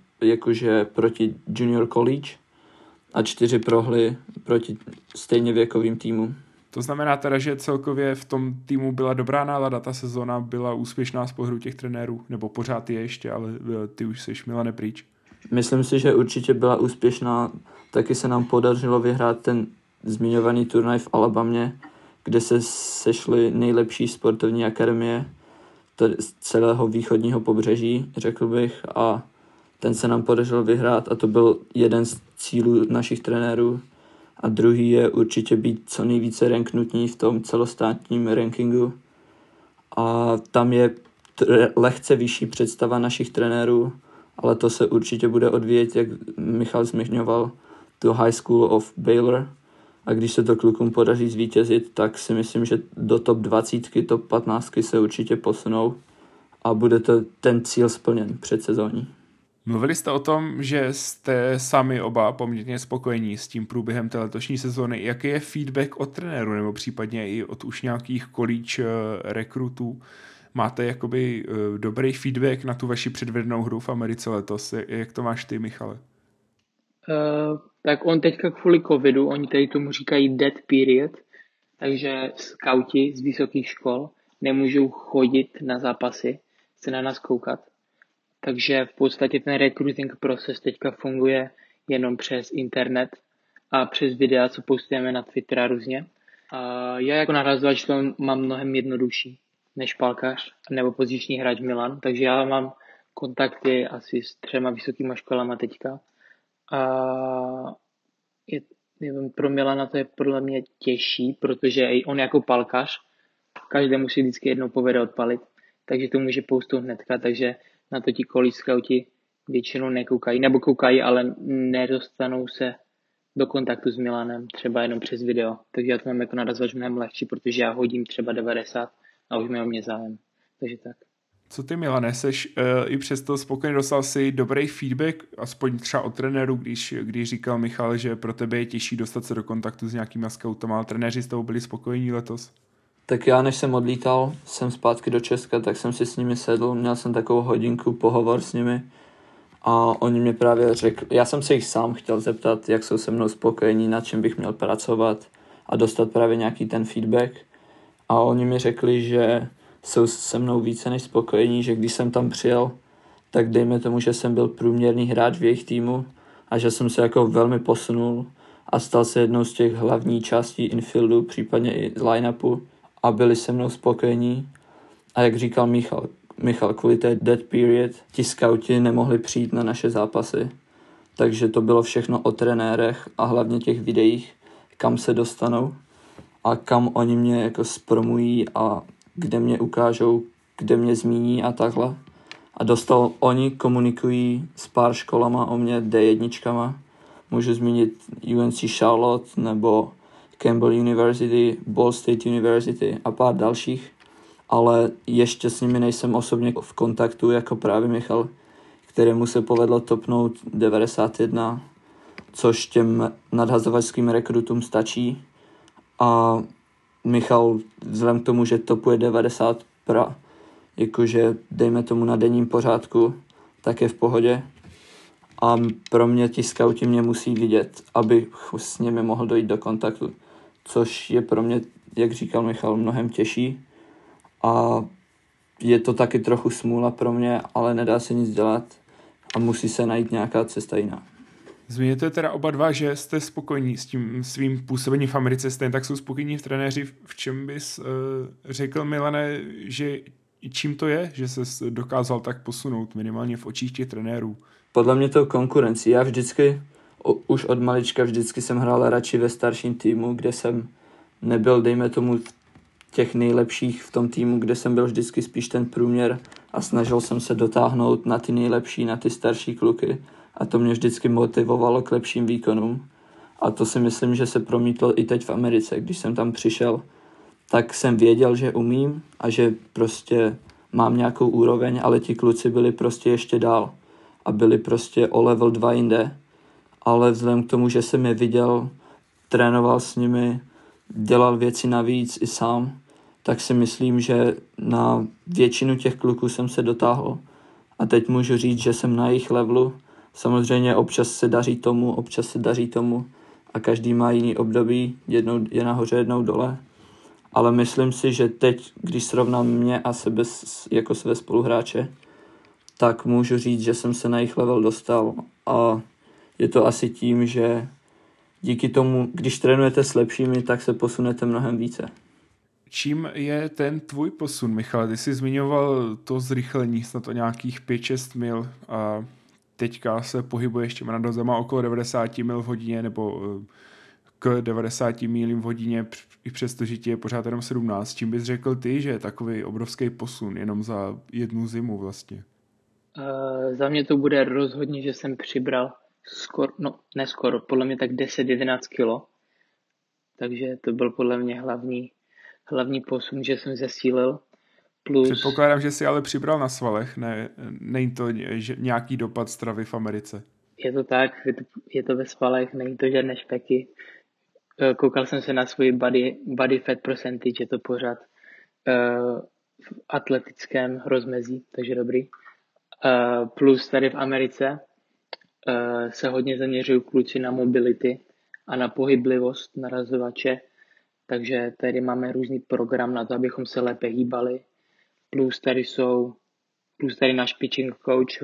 S6: junior college a 4 prohry proti stejně věkovým týmům.
S4: To znamená teda, že celkově v tom týmu byla dobrá nálada, ta sezóna byla úspěšná z pohledu těch trenérů, nebo pořád je ještě, ale ty už jsi, Milane, pryč.
S6: Myslím si, že určitě byla úspěšná, taky se nám podařilo vyhrát ten zmiňovaný turnaj v Alabamě, kde se sešly nejlepší sportovní akademie z celého východního pobřeží, řekl bych, a ten se nám podařilo vyhrát a to byl jeden z cílů našich trenérů. A druhý je určitě být co nejvíce ranknutí v tom celostátním rankingu. A tam je lehce vyšší představa našich trenérů, ale to se určitě bude odvíjet, jak Michal zmiňoval, tu High School of Baylor. A když se to klukům podaří zvítězit, tak si myslím, že do top 20, top 15 se určitě posunou a bude to ten cíl splněn předsezóní.
S4: Mluvili jste o tom, že jste sami oba poměrně spokojení s tím průběhem té letošní sezóny. Jaký je feedback od trenéru nebo případně i od už nějakých college rekrutů? Máte jakoby dobrý feedback na tu vaši předvedenou hru v Americe letos? Jak to máš ty, Michale?
S5: Tak on teďka kvůli covidu, oni tady tomu říkají dead period, takže skauti z vysokých škol nemůžou chodit na zápasy, se na nás koukat. Takže v podstatě ten recruiting proces teďka funguje jenom přes internet a přes videa, co postujeme na Twitter a různě. A já jako nahrazovač to mám mnohem jednodušší než palkař nebo poziční hráč Milan, takže já mám kontakty asi s 3 vysokýma školama teďka. A pro Milana to je podle mě těžší, protože i on jako palkař každému si vždycky jednou povede odpalit, takže to může poustout hnedka, takže na to ti college scouti většinou nekoukají, nebo koukají, ale nedostanou se do kontaktu s Milanem, třeba jenom přes video. Takže já to mám jako narazvač mnohem lehčí, protože já hodím třeba 90 a už mě o mě zájem. Takže tak.
S4: Co ty, Milane, seš i přesto spokojený, dostal si dobrý feedback, aspoň třeba od trenéru, když říkal Michal, že pro tebe je těžší dostat se do kontaktu s nějakýma scoutama, ale trenéři s tebou byli spokojení letos?
S6: Tak já, než jsem odlítal sem zpátky do Česka, tak jsem si s nimi sedl, měl jsem takovou hodinku pohovor s nimi a oni mě právě řekli, já jsem se jich sám chtěl zeptat, jak jsou se mnou spokojení, na čem bych měl pracovat a dostat právě nějaký ten feedback a oni mi řekli, že jsou se mnou více než spokojení, že když jsem tam přijel, tak dejme tomu, že jsem byl průměrný hráč v jejich týmu a že jsem se jako velmi posunul a stal se jednou z těch hlavní částí infieldu, případně i z line-upu a byli se mnou spokojení. A jak říkal Michal, kvůli té dead period, ti skauti nemohli přijít na naše zápasy. Takže to bylo všechno o trenérech a hlavně těch videích, kam se dostanou a kam oni mě jako zpromují a kde mě ukážou, kde mě zmíní a takhle. A oni komunikují s pár školama o mě D1. Můžu zmínit UNC Charlotte nebo Campbell University, Ball State University a pár dalších, ale ještě s nimi nejsem osobně v kontaktu jako právě Michal, kterému se povedlo topnout 91, což těm nadhazovačským rekrutům stačí. A Michal vzhledem k tomu, že topuje 90 jakože dejme tomu na denním pořádku, tak je v pohodě. A pro mě ti skauti mě musí vidět, abych s nimi mohl dojít do kontaktu. Což je pro mě, jak říkal Michal, mnohem těžší. A je to taky trochu smůla pro mě, ale nedá se nic dělat a musí se najít nějaká cesta jiná.
S4: Zmiňujete teda oba dva, že jste spokojení s tím svým působením v Americe, stejně tak jsou spokojení v trenéři. V čem bys řekl, Milane, že čím to je, že se dokázal tak posunout minimálně v očích těch trenérů?
S6: Podle mě to konkurenci. Já vždycky, už od malička vždycky jsem hrál radši ve starším týmu, kde jsem nebyl, dejme tomu, těch nejlepších v tom týmu, kde jsem byl vždycky spíš ten průměr a snažil jsem se dotáhnout na ty nejlepší, na ty starší kluky a to mě vždycky motivovalo k lepším výkonům. A to si myslím, že se promítlo i teď v Americe. Když jsem tam přišel, tak jsem věděl, že umím a že prostě mám nějakou úroveň, ale ti kluci byli prostě ještě dál a byli prostě o level 2 jinde. Ale vzhledem k tomu, že jsem je viděl, trénoval s nimi, dělal věci navíc i sám, tak si myslím, že na většinu těch kluků jsem se dotáhl. A teď můžu říct, že jsem na jejich levelu. Samozřejmě občas se daří tomu a každý má jiný období, jednou je nahoře, jednou dole. Ale myslím si, že teď, když srovnám mě a sebe jako své spoluhráče, tak můžu říct, že jsem se na jejich level dostal a je to asi tím, že díky tomu, když trénujete s lepšími, tak se posunete mnohem více.
S4: Čím je ten tvůj posun, Michal? Ty jsi zmiňoval to zrychlení, snad o nějakých 5-6 mil a teďka se pohybuješ těma nadhazama okolo 90 mil v hodině nebo k 90 milím v hodině, i přesto, že ti je pořád jenom 17. Čím bys řekl ty, že je takový obrovský posun jenom za jednu zimu vlastně?
S5: Za mě to bude rozhodně, že jsem přibral podle mě tak 10-11 kilo. Takže to byl podle mě hlavní posun, že jsem zesílil. Plus...
S4: Předpokládám, že jsi ale přibral na svalech, není to nějaký dopad stravy v Americe.
S5: Je to tak, je to ve svalech, není to žádné špeky. Koukal jsem se na svůj body fat percentage, je to pořád v atletickém rozmezí, takže dobrý. Plus tady v Americe se hodně zaměřují kluci na mobility a na pohyblivost narazovače, takže tady máme různý program na to, abychom se lépe hýbali. Plus tady náš pitching coach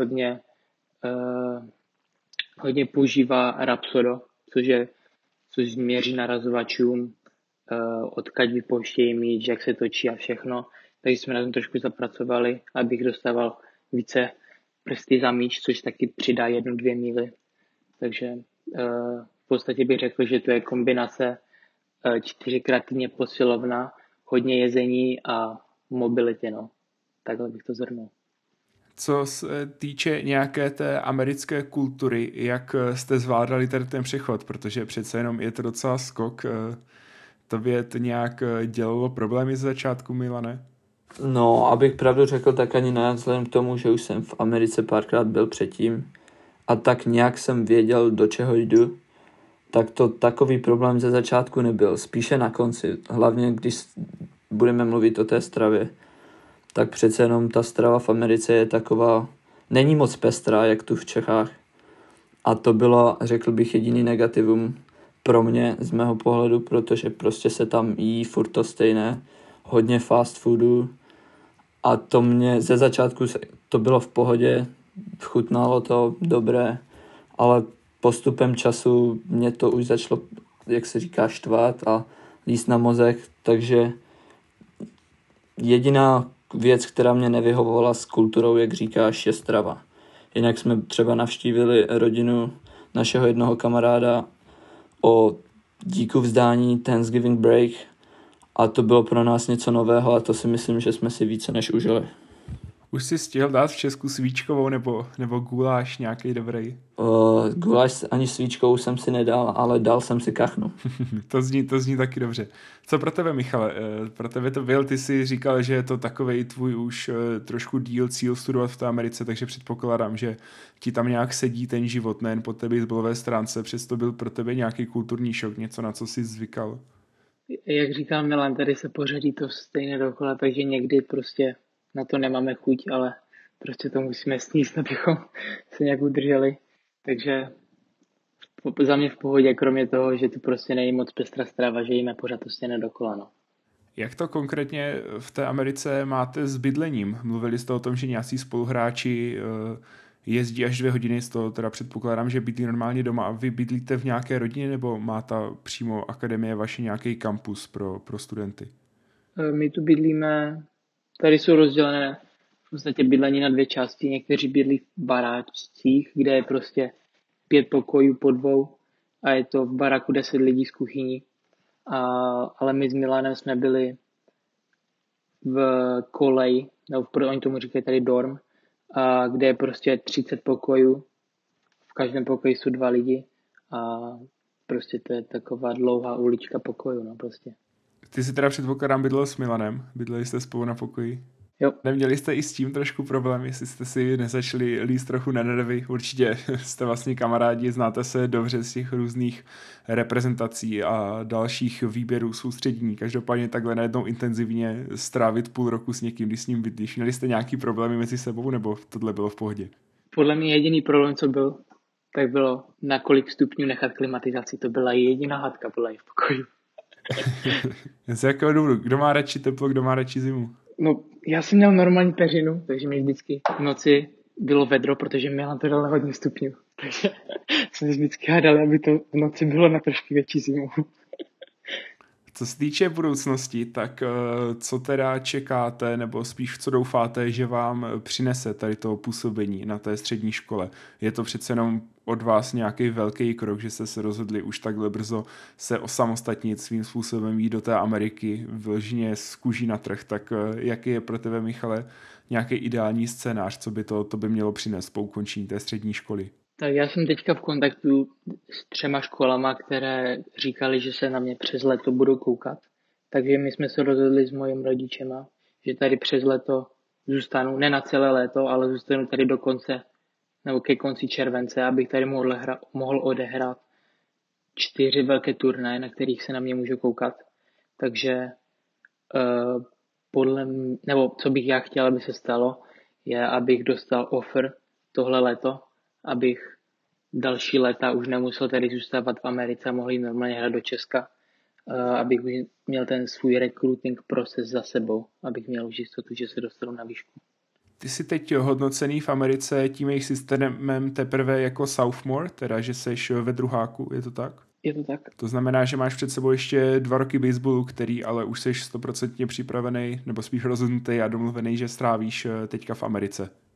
S5: hodně používá Rapsodo, což měří narazovačům, odkud vypouštějí míč, jak se točí a všechno. Takže jsme na tom trošku zapracovali, abych dostával více prsty za míč, což taky přidá 1-2 míly. Takže v podstatě bych řekl, že to je kombinace 4x týdně posilovna, hodně jezení a mobility, no. Takhle bych to zhrnul.
S4: Co se týče nějaké té americké kultury, jak jste zvládali tady ten přechod, protože přece jenom je to docela skok. Tobě to nějak dělalo problémy z začátku, Milane?
S6: No, abych pravdu řekl, tak ani ne, vzhledem k tomu, že už jsem v Americe párkrát byl předtím a tak nějak jsem věděl, do čeho jdu, tak to takový problém ze začátku nebyl, spíše na konci, hlavně když budeme mluvit o té stravě, tak přece jenom ta strava v Americe je taková, není moc pestrá, jak tu v Čechách. A to bylo, řekl bych, jediný negativum pro mě z mého pohledu, protože prostě se tam jí furt to stejné, hodně fast foodu a to mě ze začátku to bylo v pohodě, chutnalo to dobré, ale postupem času mě to už začalo, jak se říká, štvat a líst na mozek, takže jediná věc, která mě nevyhovovala s kulturou, jak říkáš, je strava. Jinak jsme třeba navštívili rodinu našeho jednoho kamaráda o díku vzdání Thanksgiving break a to bylo pro nás něco nového a to si myslím, že jsme si více než užili.
S4: Už jsi stihl dát v Česku svíčkovou nebo guláš nějaký dobrý?
S6: Guláš ani svíčkou jsem si nedal, ale dal jsem si kachnu.
S4: To zní taky dobře. Co pro tebe, Michale? Pro tebe to byl, ty jsi říkal, že je to takovej tvůj už trošku díl cíl studovat v té Americe, takže předpokládám, že ti tam nějak sedí ten život, nejen po té baseballové stránce, přesto byl pro tebe nějaký kulturní šok, něco, na co jsi zvykal?
S5: Jak říkal Milan, tady se pořadí to stejně dokola, takže někdy prostě na to nemáme chuť, ale prostě to musíme sníst, abychom se nějak udrželi. Takže za mě v pohodě, kromě toho, že tu prostě není moc pestrá strava, že jíme pořád to stejné dokola. No.
S4: Jak to konkrétně v té Americe máte s bydlením? Mluvili jste o tom, že nějací spoluhráči jezdí až 2 hodiny, z toho teda předpokládám, že bydlí normálně doma. A vy bydlíte v nějaké rodině nebo má ta přímo akademie vaše nějaký kampus pro studenty?
S5: My tu bydlíme, tady jsou rozdělené v podstatě bydlení na 2 části. Někteří bydlí v baráčcích, kde je prostě 5 pokojů po 2 a je to v baraku 10 lidí z kuchyní. Ale my s Milanem jsme byli v koleji, nebo oni tomu říkají tady dorm, kde je prostě 30 pokojů. V každém pokoji jsou 2 lidi a prostě to je taková dlouhá ulička pokojů, no prostě.
S4: Ty si teda předpokládám bydlel s Milanem, bydleli jste spolu na pokoji?
S5: Jo.
S4: Neměli jste i s tím trošku problém, jestli jste si nezačali líst trochu na nervy? Určitě jste vlastně kamarádi, znáte se dobře z těch různých reprezentací a dalších výběrů soustředění. Každopádně takhle najednou intenzivně strávit půl roku s někým, když s ním bydlíš. Měli jste nějaký problémy mezi sebou, nebo tohle bylo v pohodě?
S5: Podle mě jediný problém, co byl, tak bylo na kolik stupňů nechat klimatizaci. To byla jediná hádka byla i v pokoji.
S4: Z jakého důvodu? Kdo má radši teplo, kdo má radši zimu?
S5: No, já jsem měl normální peřinu, takže mi vždycky v noci bylo vedro, protože Milan to dal na hodně stupňů. Takže jsme vždycky hádali, aby to v noci bylo na trošku větší zimu.
S4: Co se týče budoucnosti, tak co teda čekáte, nebo spíš co doufáte, že vám přinese tady toho působení na té střední škole? Je to přece jenom od vás nějaký velký krok, že jste se rozhodli už takhle brzo se osamostatnit, svým způsobem jít do té Ameriky, vyloženě z kůží na trh, tak jaký je pro tebe, Michale, nějaký ideální scénář, co by to by mělo přinést po ukončení té střední školy?
S5: Tak já jsem teďka v kontaktu s 3 školama, které říkali, že se na mě přes léto budou koukat. Takže my jsme se rozhodli s mojím rodičema, že tady přes léto zůstanu, ne na celé léto, ale zůstanu tady do konce, nebo ke konci července, abych tady mohl odehrát 4 velké turnaje, na kterých se na mě můžu koukat. Takže co bych já chtěl, aby se stalo, je, abych dostal offer tohle léto, abych další léta už nemusel tady zůstávat v Americe a mohl jít normálně hrát do Česka, abych měl ten svůj recruiting proces za sebou, abych měl už jistotu, že se dostanu na výšku.
S4: Ty jsi teď hodnocený v Americe tím jejich systémem teprve jako sophomore, teda že seš ve druháku, je to tak?
S5: Je to tak.
S4: To znamená, že máš před sebou ještě 2 roky baseballu, který ale už seš 100% připravený, nebo spíš rozhodnutý a domluvený, že strávíš teďka v Americe.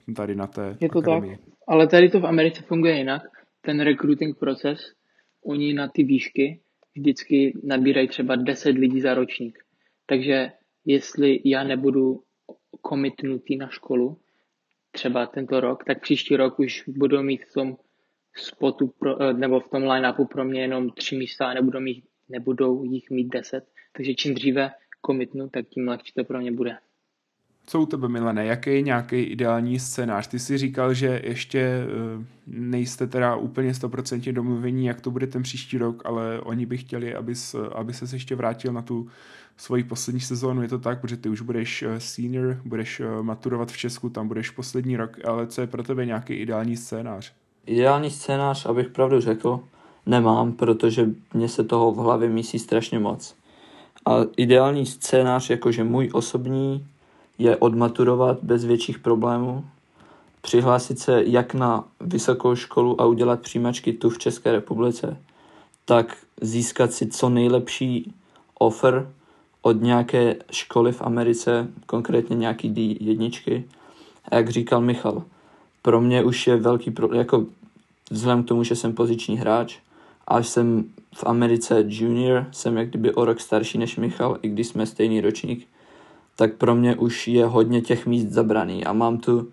S4: tady na té
S5: Je to
S4: akademii.
S5: tak, ale tady to v Americe funguje jinak. Ten recruiting proces, oni na ty výšky vždycky nabírají třeba 10 lidí za ročník. Takže jestli já nebudu commitnutý na školu, třeba tento rok, tak příští rok už budou mít v tom spotu nebo v tom line-upu pro mě jenom 3 místa a nebudou jich mít 10. Takže čím dříve commitnu, tak tím lehčí to pro mě bude.
S4: Co u tebe, Milane, jaký je nějaký ideální scénář? Ty jsi říkal, že ještě nejste teda úplně 100% domluvení, jak to bude ten příští rok, ale oni by chtěli, aby ses ještě vrátil na tu svoji poslední sezónu. Je to tak, protože ty už budeš senior, budeš maturovat v Česku, tam budeš poslední rok, ale co je pro tebe nějaký ideální scénář?
S6: Ideální scénář, abych pravdu řekl, nemám, protože mě se toho v hlavě mísí strašně moc. A ideální scénář, jakože můj osobní, je odmaturovat bez větších problémů, přihlásit se jak na vysokou školu a udělat přijímačky tu v České republice, tak získat si co nejlepší offer od nějaké školy v Americe, konkrétně nějaký D1. A jak říkal Michal, pro mě už je velký problém, jako vzhledem k tomu, že jsem poziční hráč a jsem v Americe junior, jsem jak kdyby o rok starší než Michal, i když jsme stejný ročník, tak pro mě už je hodně těch míst zabraný a mám tu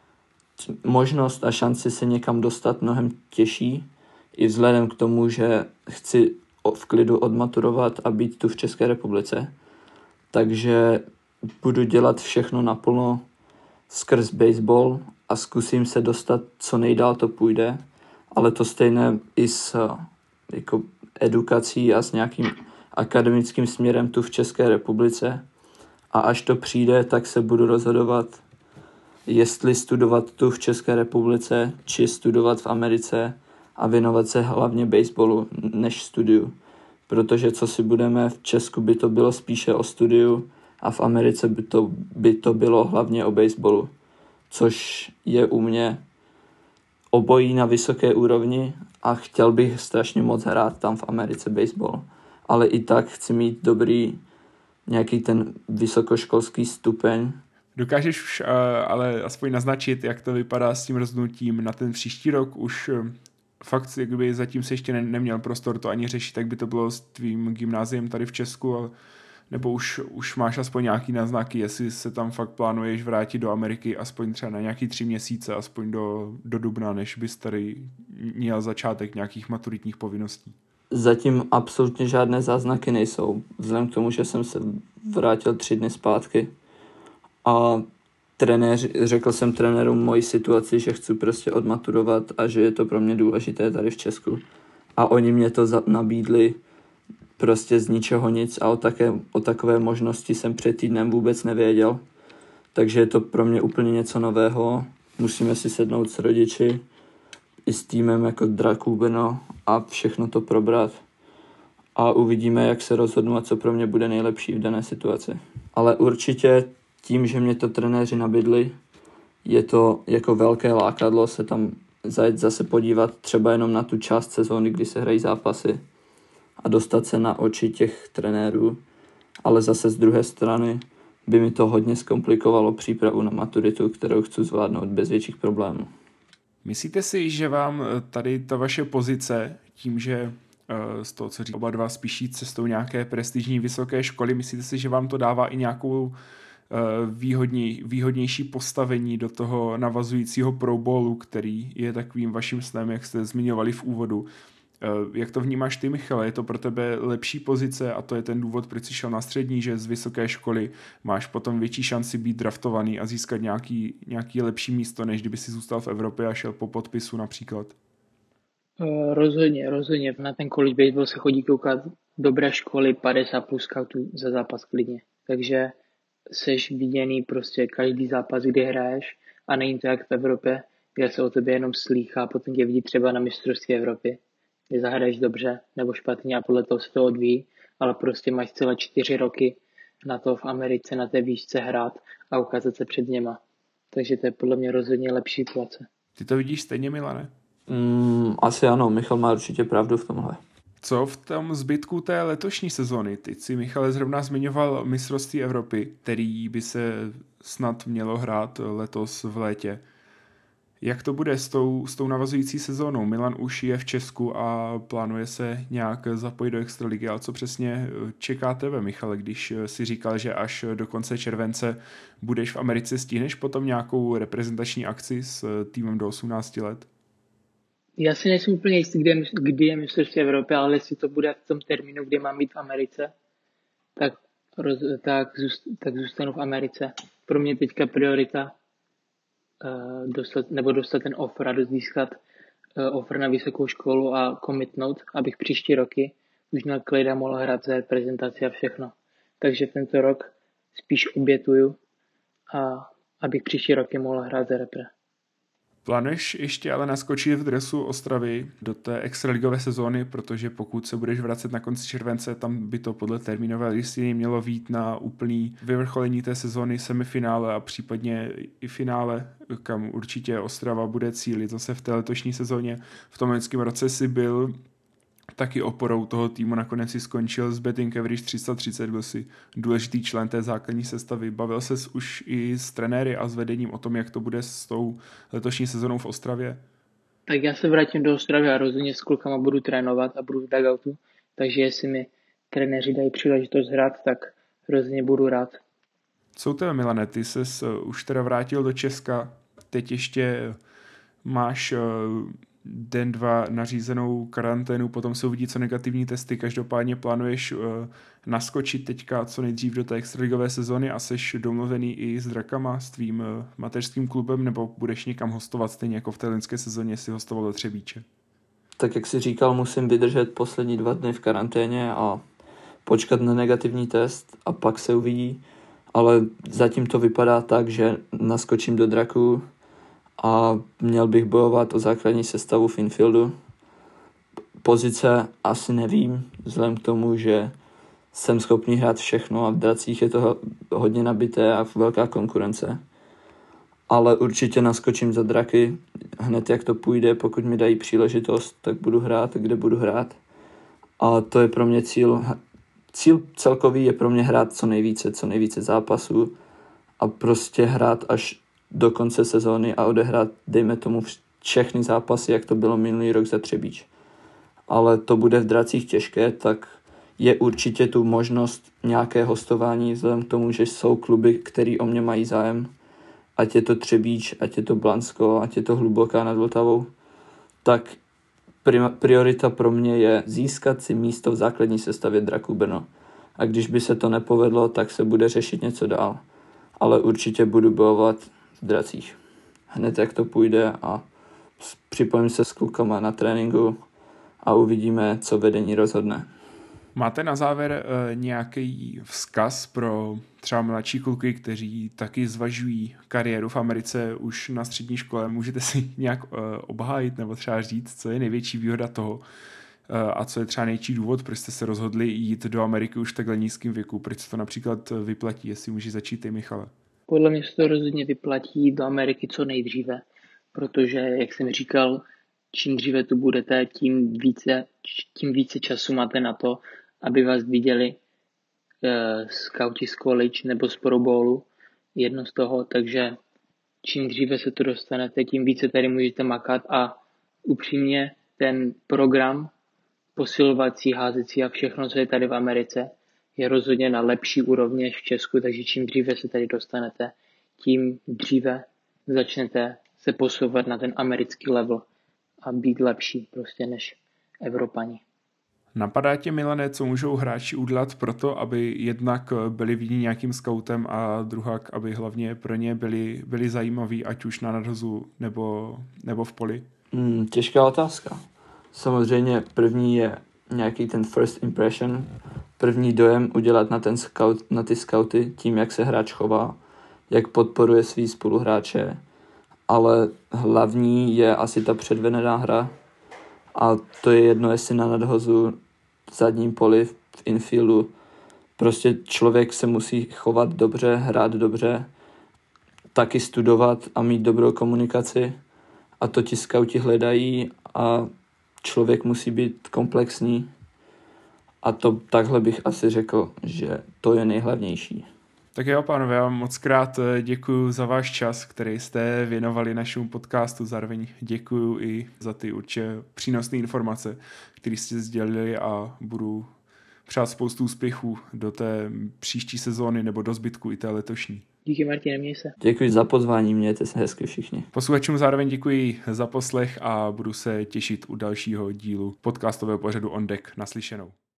S6: možnost a šanci se někam dostat mnohem těžší, i vzhledem k tomu, že chci v klidu odmaturovat a být tu v České republice. Takže budu dělat všechno naplno skrz baseball a zkusím se dostat, co nejdál to půjde, ale to stejné i s jako edukací a s nějakým akademickým směrem tu v České republice. A až to přijde, tak se budu rozhodovat, jestli studovat tu v České republice, či studovat v Americe a věnovat se hlavně baseballu než studiu. Protože co si budeme, v Česku by to bylo spíše o studiu a v Americe by to bylo hlavně o baseballu. Což je u mě obojí na vysoké úrovni a chtěl bych strašně moc hrát tam v Americe baseball. Ale i tak chci mít dobrý nějaký ten vysokoškolský stupeň.
S4: Dokážeš už ale aspoň naznačit, jak to vypadá s tím rozhodnutím na ten příští rok? Už fakt, jakby zatím se ještě neměl prostor to ani řešit, tak by to bylo s tvým gymnáziem tady v Česku, nebo už máš aspoň nějaký náznaky, jestli se tam fakt plánuješ vrátit do Ameriky aspoň třeba na nějaký 3 měsíce, aspoň do dubna, než bys tady měl začátek nějakých maturitních povinností?
S6: Zatím absolutně žádné záznaky nejsou, vzhledem k tomu, že jsem se vrátil 3 dny zpátky a řekl jsem trenérům moji situaci, že chci prostě odmaturovat a že je to pro mě důležité tady v Česku. A oni mě to nabídli prostě z ničeho nic a o takové možnosti jsem před týdnem vůbec nevěděl. Takže je to pro mě úplně něco nového. Musíme si sednout s rodiči i s týmem jako Draků Brno a všechno to probrat. A uvidíme, jak se rozhodnu a co pro mě bude nejlepší v dané situaci. Ale určitě tím, že mě to trenéři nabídli, je to jako velké lákadlo se tam zajet zase podívat třeba jenom na tu část sezóny, kdy se hrají zápasy a dostat se na oči těch trenérů. Ale zase z druhé strany by mi to hodně zkomplikovalo přípravu na maturitu, kterou chci zvládnout bez větších problémů.
S4: Myslíte si, že vám tady ta vaše pozice, tím, že z toho, co říká oba dva, spíš jít cestou nějaké prestižní vysoké školy, myslíte si, že vám to dává i nějakou výhodnější postavení do toho navazujícího pro bowlu, který je takovým vaším snem, jak jste zmiňovali v úvodu? Jak to vnímáš ty, Michale? Je to pro tebe lepší pozice a to je ten důvod, proč jsi šel na střední, že z vysoké školy máš potom větší šanci být draftovaný a získat nějaký lepší místo, než kdyby si zůstal v Evropě a šel po podpisu například?
S5: Rozhodně. Na ten college baseball se chodí koukat dobré školy, 50 plus scoutů za zápas klidně. Takže seš viděný prostě každý zápas, kdy hraješ a není to jak v Evropě, kde se o tebe jenom slýchá, potom tě vidí třeba na mistrovství Evropy, kde zahraješ dobře nebo špatně a podle toho se to odvíjí, ale prostě máš celé 4 roky na to v Americe na té výšce hrát a ukázat se před něma. Takže to je podle mě rozhodně lepší place.
S4: Ty to vidíš stejně, Milane?
S6: Asi ano, Michal má určitě pravdu v tomhle.
S4: Co v tom zbytku té letošní sezony? Ty si, Michale, zrovna zmiňoval mistrovství Evropy, který by se snad mělo hrát letos v létě. Jak to bude s tou navazující sezónou? Milan už je v Česku a plánuje se nějak zapojit do extraligy, ale co přesně čeká tebe, Michale, když si říkal, že až do konce července budeš v Americe, stihneš potom nějakou reprezentační akci s týmem do 18 let?
S5: Já si nejsem úplně jistý, kdy je mistrovství Evropy, ale jestli to bude v tom termínu, kdy mám být v Americe, tak zůstanu v Americe. Pro mě teďka priorita dostat ten offer a získat offer na vysokou školu a commitnout, abych příští roky už měl klid a mohl hrát za reprezentaci a všechno. Takže tento rok spíš obětuju a abych příští roky mohl hrát za repre.
S4: Plánuješ ještě ale naskočit v dresu Ostravy do té extraligové sezóny, protože pokud se budeš vracet na konci července, tam by to podle termínové listiny mělo být na úplný vyvrcholení té sezóny, semifinále a případně i finále, kam určitě Ostrava bude cílit. Zase v té letošní sezóně v tom loňském roce si byl taky oporou toho týmu, nakonec si skončil s betting average 330, byl si důležitý člen té základní sestavy. Bavil ses už i s trenéry a s vedením o tom, jak to bude s tou letošní sezónou v Ostravě?
S5: Tak já se vrátím do Ostravy a rozhodně s klukama budu trénovat a budu v dugoutu, takže jestli mi trenéři dají příležitost hrát, tak rozhodně budu rád.
S4: Co u tebe, Milane? Ty ses už teda vrátil do Česka, teď ještě máš den 2 nařízenou karanténu, potom se uvidí co negativní testy, každopádně plánuješ naskočit teďka co nejdřív do té extraligové sezóny a seš domluvený i s Drakama, s tvým mateřským klubem, nebo budeš někam hostovat stejně jako v té loňské sezóně si hostoval do Třebíče?
S6: Tak jak jsi říkal, musím vydržet poslední 2 dny v karanténě a počkat na negativní test a pak se uvidí, ale zatím to vypadá tak, že naskočím do Draků a měl bych bojovat o základní sestavu v infieldu. Pozice asi nevím, vzhledem k tomu, že jsem schopný hrát všechno a v Dracích je to hodně nabité a velká konkurence. Ale určitě naskočím za Draky, hned jak to půjde, pokud mi dají příležitost, tak budu hrát, kde budu hrát. A to je pro mě cíl. Cíl celkový je pro mě hrát co nejvíce zápasů a prostě hrát až do konce sezóny a odehrát, dejme tomu, všechny zápasy, jak to bylo minulý rok za Třebíč. Ale to bude v Dracích těžké, tak je určitě tu možnost nějaké hostování, vzhledem k tomu, že jsou kluby, který o mě mají zájem. Ať je to Třebíč, ať je to Blansko, ať je to Hluboká nad Vltavou. Tak priorita pro mě je získat si místo v základní sestavě Draků Brno. A když by se to nepovedlo, tak se bude řešit něco dál. Ale určitě budu bojovat v Dracích. Hned jak to půjde a připojím se s klukama na tréninku a uvidíme, co vedení rozhodne.
S4: Máte na závěr nějaký vzkaz pro třeba mladší kluky, kteří taky zvažují kariéru v Americe už na střední škole? Můžete si nějak obhájit nebo třeba říct, co je největší výhoda toho a co je třeba největší důvod, proč jste se rozhodli jít do Ameriky už v takhle nízkém věku? Proč se to například vyplatí, jestli můžeš začít ty, Michale?
S5: Podle mě se to rozhodně vyplatí jít do Ameriky co nejdříve, protože, jak jsem říkal, čím dříve tu budete, tím více času máte na to, aby vás viděli skauti z college nebo z Pro Bowlu, jedno z toho, takže čím dříve se tu dostanete, tím více tady můžete makat a upřímně ten program posilovací, házecí a všechno, co je tady v Americe, je rozhodně na lepší úrovni než v Česku, takže čím dříve se tady dostanete, tím dříve začnete se posouvat na ten americký level a být lepší prostě než Evropani.
S4: Napadá tě, Milane, co můžou hráči udělat pro to, aby jednak byli viděni nějakým skautem a druhak, aby hlavně pro ně byli zajímaví, ať už na nadhozu nebo v poli?
S6: Těžká otázka. Samozřejmě první je nějaký ten first impression, první dojem udělat na ty skauty tím, jak se hráč chová, jak podporuje svý spoluhráče, ale hlavní je asi ta předvedená hra a to je jedno, jestli na nadhozu, v zadním poli, v infieldu. Prostě člověk se musí chovat dobře, hrát dobře, taky studovat a mít dobrou komunikaci a to ti skauti hledají a člověk musí být komplexní a to takhle bych asi řekl, že to je nejhlavnější.
S4: Tak jo, pánové, já vám moc krát děkuji za váš čas, který jste věnovali našemu podcastu. Zároveň děkuji i za ty určitě přínosné informace, které jste sdělili, a budu přát spoustu úspěchů do té příští sezóny nebo do zbytku i té letošní.
S5: Díky, Martine, měj se.
S6: Děkuji za pozvání, mějte se hezky všichni.
S4: Posluchačům zároveň děkuji za poslech a budu se těšit u dalšího dílu podcastového pořadu On Deck. Naslyšenou.